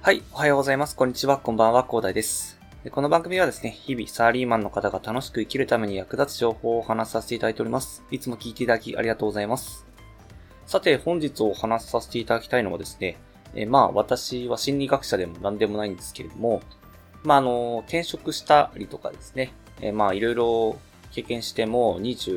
はい、おはようございます。こんにちは、こんばんは、広大です。この番組はですね、日々サラリーマンの方が楽しく生きるために役立つ情報をお話しさせていただいております。いつも聞いていただきありがとうございます。さて、本日お話しさせていただきたいのはですね、私は心理学者でも何でもないんですけれども、転職したりとかですね、いろいろ経験しても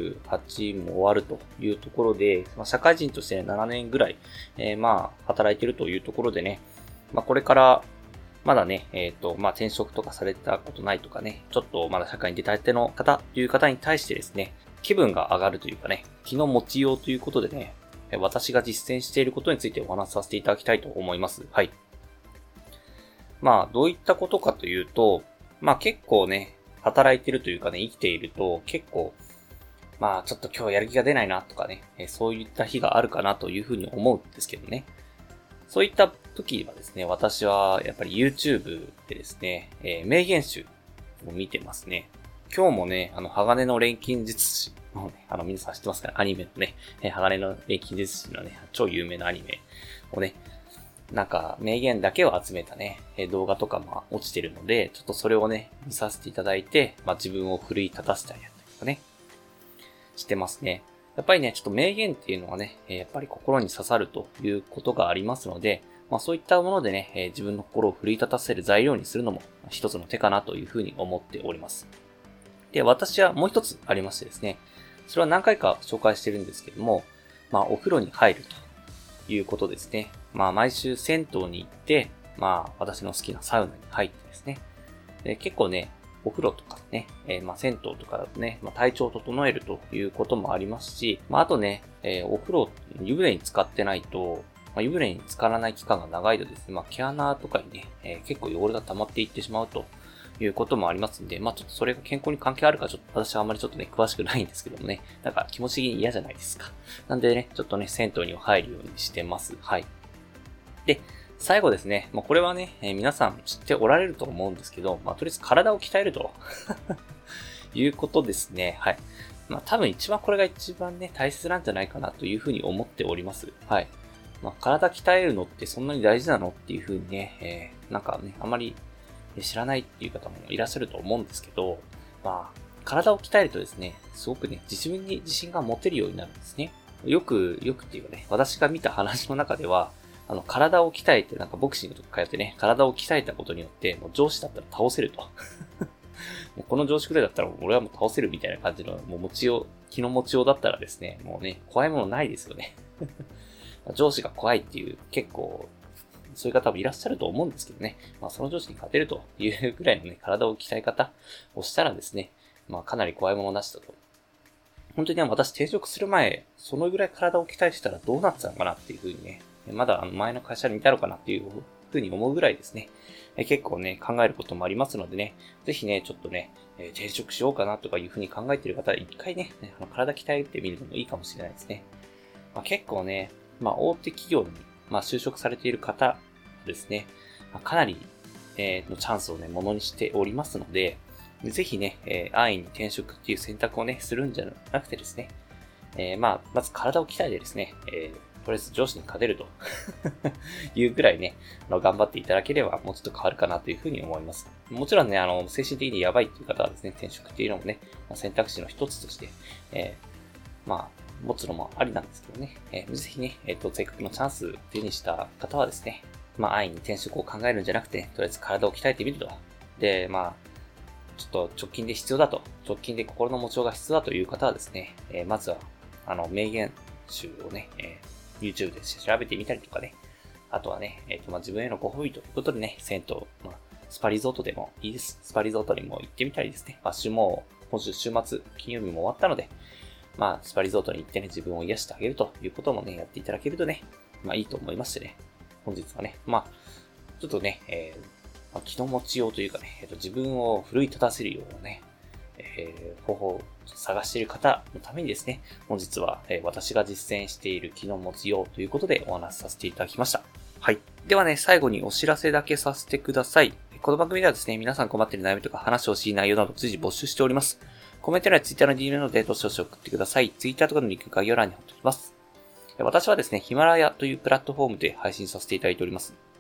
28も終わるというところで、社会人として7年ぐらい、働いているというところでね、これから、まだね、転職とかされたことないとかね、ちょっとまだ社会に出たての方という方に対してですね、気分が上がるというかね、気の持ちようということでね、私が実践していることについてお話しさせていただきたいと思います。はい。どういったことかというと、結構ね、働いてるというかね、生きていると結構、ちょっと今日やる気が出ないなとかね、そういった日があるかなというふうに思うんですけどね。そういった時はですね、私はやっぱり YouTube でですね、名言集を見てますね。今日もね、鋼の錬金術師のね、皆さん知ってますかね、アニメのね、鋼の錬金術師のね、超有名なアニメをね、名言だけを集めたね、動画とかも落ちてるので、ちょっとそれをね、見させていただいて、自分を奮い立たせたりだったりとかね、してますね。やっぱりね、ちょっと名言っていうのはね、やっぱり心に刺さるということがありますので、そういったものでね、自分の心を奮い立たせる材料にするのも一つの手かなというふうに思っております。で、私はもう一つありましてですね、それは何回か紹介してるんですけども、お風呂に入るということですね。毎週銭湯に行って、私の好きなサウナに入ってですね、で結構ね、お風呂とかね、銭湯とかだとね、体調を整えるということもありますし、あとね、お風呂、湯船に浸かってないと、湯船に浸からない期間が長いとですね、毛穴とかにね、結構汚れが溜まっていってしまうということもありますんで、ちょっとそれが健康に関係あるかちょっと私はあんまりちょっとね、詳しくないんですけどもね、気持ち的に嫌じゃないですか。なんでね、ちょっとね、銭湯に入るようにしてます。はい。で、最後ですね。これはね、皆さん知っておられると思うんですけど、とりあえず体を鍛えるということですね。はい。多分これが一番ね、大切なんじゃないかなというふうに思っております。はい。体鍛えるのってそんなに大事なのっていうふうにね、あまり知らないっていう方もいらっしゃると思うんですけど、体を鍛えるとですね、すごくね、自分に自信が持てるようになるんですね。よくっていうかね、私が見た話の中では、体を鍛えて、ボクシングとか通ってね、体を鍛えたことによって、もう上司だったら倒せると。もうこの上司くらいだったら俺はもう倒せるみたいな感じの、もう気の持ちようだったらですね、もうね、怖いものないですよね。上司が怖いっていう、結構、そういう方もいらっしゃると思うんですけどね。その上司に勝てるというくらいのね、体を鍛え方をしたらですね、かなり怖いものなしだと。本当に私転職する前、そのぐらい体を鍛えてたらどうなってたのかなっていうふうにね、まだ前の会社にいたのかなっていうふうに思うぐらいですね、結構ね、考えることもありますのでね、ぜひね、ちょっとね、転職しようかなとかいうふうに考えている方は一回ね、体鍛えてみるのもいいかもしれないですね。結構ね、大手企業に、就職されている方ですね、かなり、のチャンスをね、ものにしておりますので、ぜひね、安易に転職っていう選択をね、するんじゃなくてですね、まず体を鍛えてですね、とりあえず上司に勝てるというぐらいね、頑張っていただければもうちょっと変わるかなというふうに思います。もちろんね、精神的にやばいっていう方はですね、転職っていうのもね、選択肢の一つとして、持つのもありなんですけどね、ぜひね、せっかくのチャンスを手にした方はですね、安易に転職を考えるんじゃなくて、とりあえず体を鍛えてみると。で、ちょっと直近で必要だと、直近で心の持ちようが必要だという方はですね、まずは、名言集をね、YouTube で調べてみたりとかね、あとはね、自分へのご褒美ということでね、銭湯、スパリゾートでもいいです。スパリゾートにも行ってみたりですね。今週週末、金曜日も終わったので、スパリゾートに行ってね、自分を癒してあげるということもね、やっていただけるとね、いいと思いましてね、本日はね、ちょっとね、気の持ちようというかね、自分を奮い立たせるようなね、方法を探している方のためにですね、本日は、私が実践している気の持ちようということでお話しさせていただきました。はい。ではね、最後にお知らせだけさせてください。この番組ではですね、皆さん困っている悩みとか話してほしい内容など随時募集しております。コメント欄や Twitter の DM などでどしどし送ってください。Twitter とかのリンク概要欄に貼っておきます。私はですね、ヒマラヤというプラットフォームで配信させていただいております。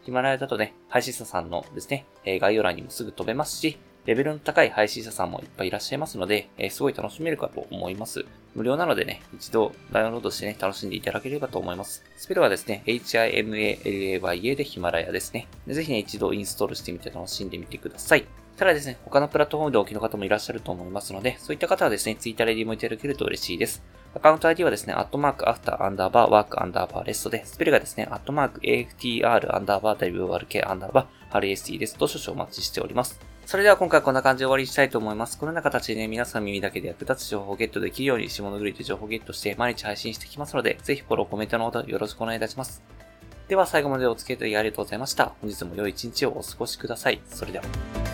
ヒマラヤだとね、配信者さんのですね、概要欄にもすぐ飛べますし、レベルの高い配信者さんもいっぱいいらっしゃいますので、すごい楽しめるかと思います。無料なのでね、一度ダウンロードしてね、楽しんでいただければと思います。スペルはですね、HIMALAYA でヒマラヤですね。ぜひね、一度インストールしてみて楽しんでみてください。ただですね、他のプラットフォームでお聞きの方もいらっしゃると思いますので、そういった方はですね、Twitter で DM いただけると嬉しいです。アカウント ID はですね、@after_work_rest で、スペルがですね、@AFTR_WORK_REST ですと少々お待ちしております。それでは今回はこんな感じで終わりにしたいと思います。このような形でね、皆さん耳だけで役立つ情報をゲットできるように、下のグリで情報をゲットして毎日配信していきますので、ぜひフォロー、コメントのほどよろしくお願いいたします。では最後までお付き合いいただきありがとうございました。本日も良い一日をお過ごしください。それでは。